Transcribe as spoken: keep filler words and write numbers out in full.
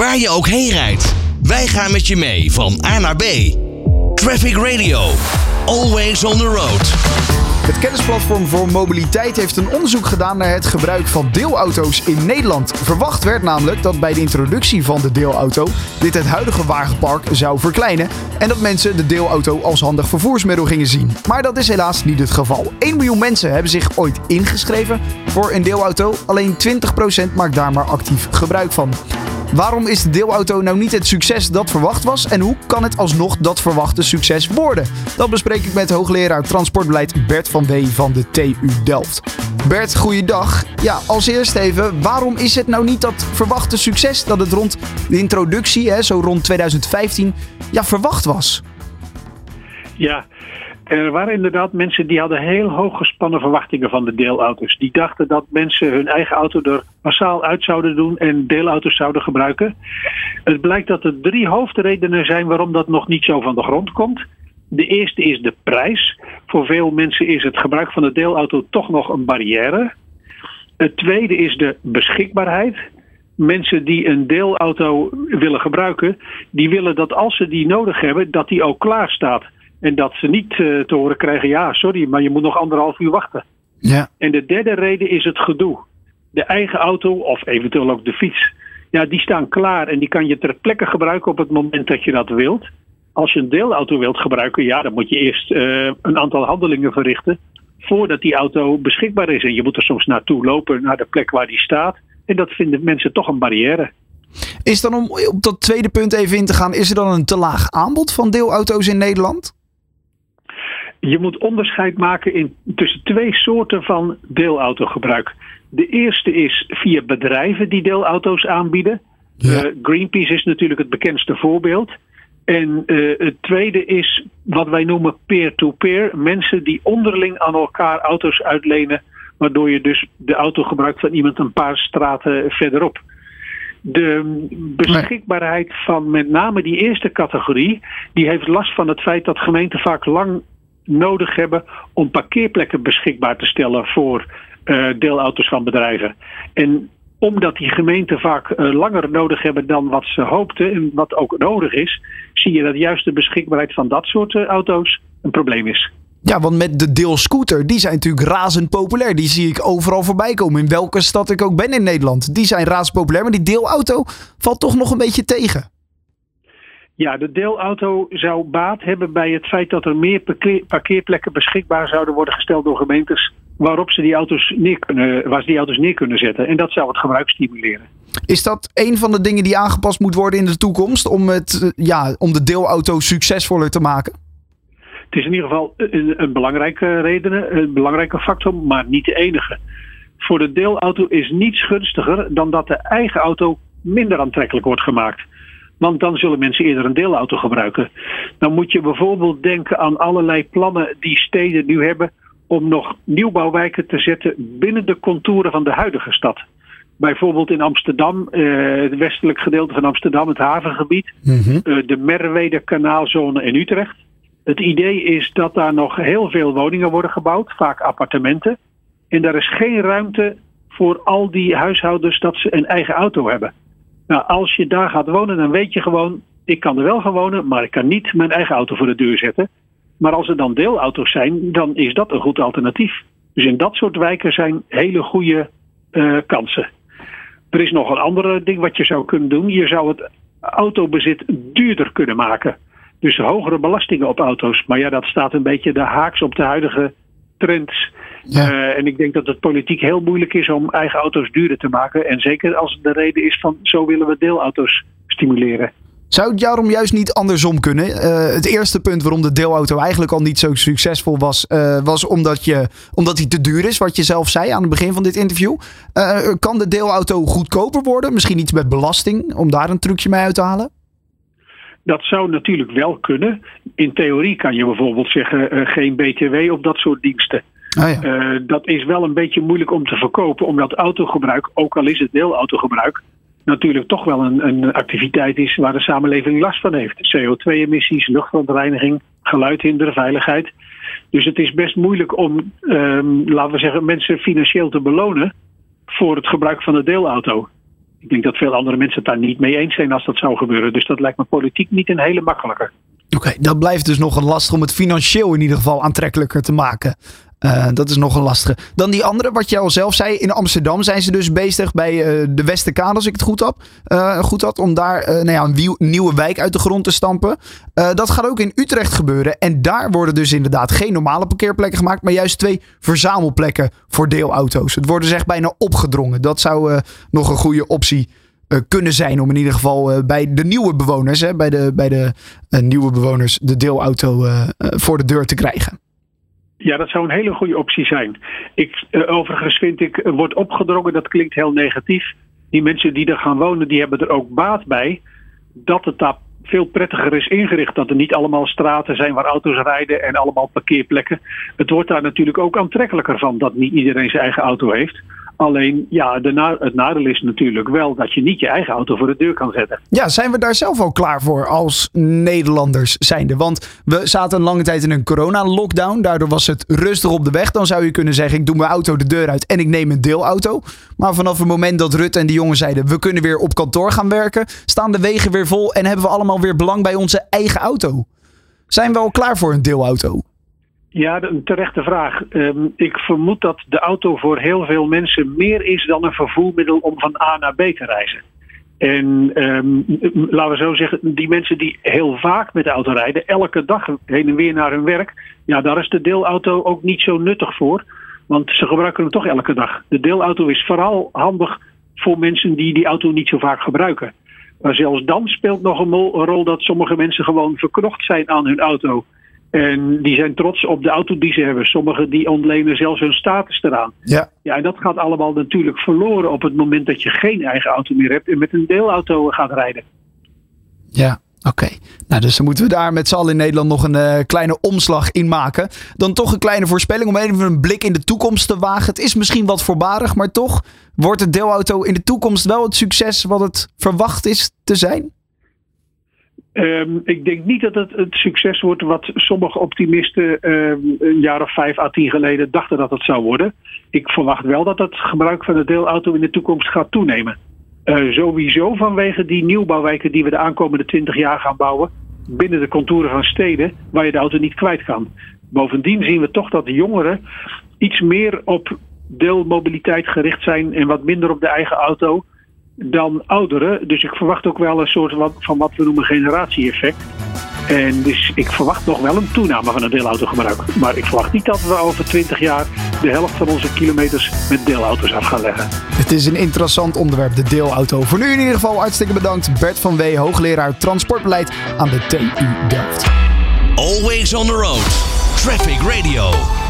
Waar je ook heen rijdt, wij gaan met je mee van A naar B. Traffic Radio. Always on the road. Het kennisplatform voor mobiliteit heeft een onderzoek gedaan naar het gebruik van deelauto's in Nederland. Verwacht werd namelijk dat bij de introductie van de deelauto dit het huidige wagenpark zou verkleinen en dat mensen de deelauto als handig vervoersmiddel gingen zien. Maar dat is helaas niet het geval. één miljoen mensen hebben zich ooit ingeschreven voor een deelauto. Alleen twintig procent maakt daar maar actief gebruik van. Waarom is de deelauto nou niet het succes dat verwacht was? En hoe kan het alsnog dat verwachte succes worden? Dat bespreek ik met hoogleraar transportbeleid Bert van Wee van de T U Delft. Bert, goeiedag. Ja, als eerst even, waarom is het nou niet dat verwachte succes dat het rond de introductie, hè, zo rond twintig vijftien, ja, verwacht was? Ja, er waren inderdaad mensen die hadden heel hoog gespannen verwachtingen van de deelauto's. Die dachten dat mensen hun eigen auto er massaal uit zouden doen en deelauto's zouden gebruiken. Het blijkt dat er drie hoofdredenen zijn waarom dat nog niet zo van de grond komt. De eerste is de prijs. Voor veel mensen is het gebruik van de deelauto toch nog een barrière. Het tweede is de beschikbaarheid. Mensen die een deelauto willen gebruiken, die willen dat als ze die nodig hebben, dat die ook klaar staat. En dat ze niet uh, te horen krijgen, ja, sorry, maar je moet nog anderhalf uur wachten. Ja. En de derde reden is het gedoe. De eigen auto, of eventueel ook de fiets, ja, die staan klaar en die kan je ter plekke gebruiken op het moment dat je dat wilt. Als je een deelauto wilt gebruiken, ja, dan moet je eerst uh, een aantal handelingen verrichten voordat die auto beschikbaar is. En je moet er soms naartoe lopen, naar de plek waar die staat. En dat vinden mensen toch een barrière. Is dan, om op dat tweede punt even in te gaan, is er dan een te laag aanbod van deelauto's in Nederland? Je moet onderscheid maken in, tussen twee soorten van deelautogebruik. De eerste is via bedrijven die deelauto's aanbieden. Ja. Uh, Greenpeace is natuurlijk het bekendste voorbeeld. En uh, het tweede is wat wij noemen peer-to-peer. Mensen die onderling aan elkaar auto's uitlenen, waardoor je dus de auto gebruikt van iemand een paar straten verderop. De beschikbaarheid van met name die eerste categorie, die heeft last van het feit dat gemeenten vaak lang nodig hebben om parkeerplekken beschikbaar te stellen voor uh, deelauto's van bedrijven. En omdat die gemeenten vaak uh, langer nodig hebben dan wat ze hoopten en wat ook nodig is, zie je dat juist de beschikbaarheid van dat soort uh, auto's een probleem is. Ja, want met de deelscooter, die zijn natuurlijk razend populair. Die zie ik overal voorbij komen, in welke stad ik ook ben in Nederland. Die zijn razend populair, maar die deelauto valt toch nog een beetje tegen. Ja, de deelauto zou baat hebben bij het feit dat er meer parkeer, parkeerplekken beschikbaar zouden worden gesteld door gemeentes waarop ze die auto's neer kunnen, waar ze die auto's neer kunnen zetten. En dat zou het gebruik stimuleren. Is dat een van de dingen die aangepast moet worden in de toekomst om, het, ja, om de deelauto succesvoller te maken? Het is in ieder geval een, een belangrijke reden, een belangrijke factor, maar niet de enige. Voor de deelauto is niets gunstiger dan dat de eigen auto minder aantrekkelijk wordt gemaakt. Want dan zullen mensen eerder een deelauto gebruiken. Dan moet je bijvoorbeeld denken aan allerlei plannen die steden nu hebben om nog nieuwbouwwijken te zetten binnen de contouren van de huidige stad. Bijvoorbeeld in Amsterdam, uh, het westelijk gedeelte van Amsterdam, het havengebied, mm-hmm. uh, de Merwede kanaalzone in Utrecht. Het idee is dat daar nog heel veel woningen worden gebouwd, vaak appartementen. En daar is geen ruimte voor al die huishoudens dat ze een eigen auto hebben. Nou, als je daar gaat wonen, dan weet je gewoon, ik kan er wel gaan wonen, maar ik kan niet mijn eigen auto voor de deur zetten. Maar als er dan deelauto's zijn, dan is dat een goed alternatief. Dus in dat soort wijken zijn hele goede uh, kansen. Er is nog een ander ding wat je zou kunnen doen. Je zou het autobezit duurder kunnen maken. Dus hogere belastingen op auto's. Maar ja, dat staat een beetje de haaks op de huidige trends. Ja. Uh, en ik denk dat het politiek heel moeilijk is om eigen auto's duurder te maken. En zeker als de reden is van zo willen we deelauto's stimuleren. Zou het daarom juist niet andersom kunnen? Uh, het eerste punt waarom de deelauto eigenlijk al niet zo succesvol was, uh, was omdat, je, omdat die te duur is, wat je zelf zei aan het begin van dit interview. Uh, kan de deelauto goedkoper worden? Misschien iets met belasting, om daar een trucje mee uit te halen? Dat zou natuurlijk wel kunnen. In theorie kan je bijvoorbeeld zeggen uh, geen B T W op dat soort diensten. Ah, ja. uh, dat is wel een beetje moeilijk om te verkopen, omdat autogebruik, ook al is het deelautogebruik, natuurlijk toch wel een, een activiteit is waar de samenleving last van heeft. C O twee emissies, luchtverontreiniging, geluidhinder, veiligheid. Dus het is best moeilijk om, um, laten we zeggen, mensen financieel te belonen voor het gebruik van de deelauto. Ik denk dat veel andere mensen het daar niet mee eens zijn als dat zou gebeuren. Dus dat lijkt me politiek niet een hele makkelijke. Oké, okay, dat blijft dus nog een lastig om het financieel in ieder geval aantrekkelijker te maken. Uh, dat is nog een lastige. Dan die andere, wat jij al zelf zei. In Amsterdam zijn ze dus bezig bij uh, de Westerkade, als ik het goed had. Uh, goed had om daar uh, nou ja, een wiel, nieuwe wijk uit de grond te stampen. Uh, dat gaat ook in Utrecht gebeuren. En daar worden dus inderdaad geen normale parkeerplekken gemaakt. Maar juist twee verzamelplekken voor deelauto's. Het wordt dus echt bijna opgedrongen. Dat zou uh, nog een goede optie uh, kunnen zijn. Om in ieder geval uh, bij de nieuwe bewoners. Hè, bij de, bij de uh, nieuwe bewoners de deelauto uh, uh, voor de deur te krijgen. Ja, dat zou een hele goede optie zijn. Ik, uh, overigens vind ik, uh, wordt opgedrongen, dat klinkt heel negatief. Die mensen die er gaan wonen, die hebben er ook baat bij. Dat het daar veel prettiger is ingericht. Dat er niet allemaal straten zijn waar auto's rijden en allemaal parkeerplekken. Het wordt daar natuurlijk ook aantrekkelijker van dat niet iedereen zijn eigen auto heeft. Alleen, ja, de na- het nadeel is natuurlijk wel dat je niet je eigen auto voor de deur kan zetten. Ja, zijn we daar zelf al klaar voor als Nederlanders zijnde? Want we zaten een lange tijd in een corona-lockdown. Daardoor was het rustig op de weg. Dan zou je kunnen zeggen, ik doe mijn auto de deur uit en ik neem een deelauto. Maar vanaf het moment dat Rutte en de jongen zeiden, we kunnen weer op kantoor gaan werken, staan de wegen weer vol en hebben we allemaal weer belang bij onze eigen auto. Zijn we al klaar voor een deelauto? Ja, een terechte vraag. Um, ik vermoed dat de auto voor heel veel mensen meer is dan een vervoermiddel om van A naar B te reizen. En um, laten we zo zeggen, die mensen die heel vaak met de auto rijden, elke dag heen en weer naar hun werk, ja, daar is de deelauto ook niet zo nuttig voor. Want ze gebruiken hem toch elke dag. De deelauto is vooral handig voor mensen die die auto niet zo vaak gebruiken. Maar zelfs dan speelt nog een rol dat sommige mensen gewoon verknocht zijn aan hun auto. En die zijn trots op de auto die ze hebben. Sommigen die ontlenen zelfs hun status eraan. Ja. Ja, en dat gaat allemaal natuurlijk verloren op het moment dat je geen eigen auto meer hebt en met een deelauto gaat rijden. Ja, oké. Okay. Nou, dus dan moeten we daar met z'n allen in Nederland nog een uh, kleine omslag in maken. Dan toch een kleine voorspelling om even een blik in de toekomst te wagen. Het is misschien wat voorbarig, maar toch wordt de deelauto in de toekomst wel het succes wat het verwacht is te zijn? Um, ik denk niet dat het het succes wordt wat sommige optimisten um, een jaar of vijf à tien geleden dachten dat het zou worden. Ik verwacht wel dat het gebruik van de deelauto in de toekomst gaat toenemen. Uh, sowieso vanwege die nieuwbouwwijken die we de aankomende twintig jaar gaan bouwen binnen de contouren van steden waar je de auto niet kwijt kan. Bovendien zien we toch dat de jongeren iets meer op deelmobiliteit gericht zijn en wat minder op de eigen auto dan ouderen. Dus ik verwacht ook wel een soort van wat we noemen generatie-effect. En dus ik verwacht nog wel een toename van het deelautogebruik. Maar ik verwacht niet dat we over twintig jaar de helft van onze kilometers met deelauto's af gaan leggen. Het is een interessant onderwerp, de deelauto. Voor nu in ieder geval hartstikke bedankt. Bert van Wee, hoogleraar transportbeleid aan de T U Delft. Always on the road. Traffic Radio.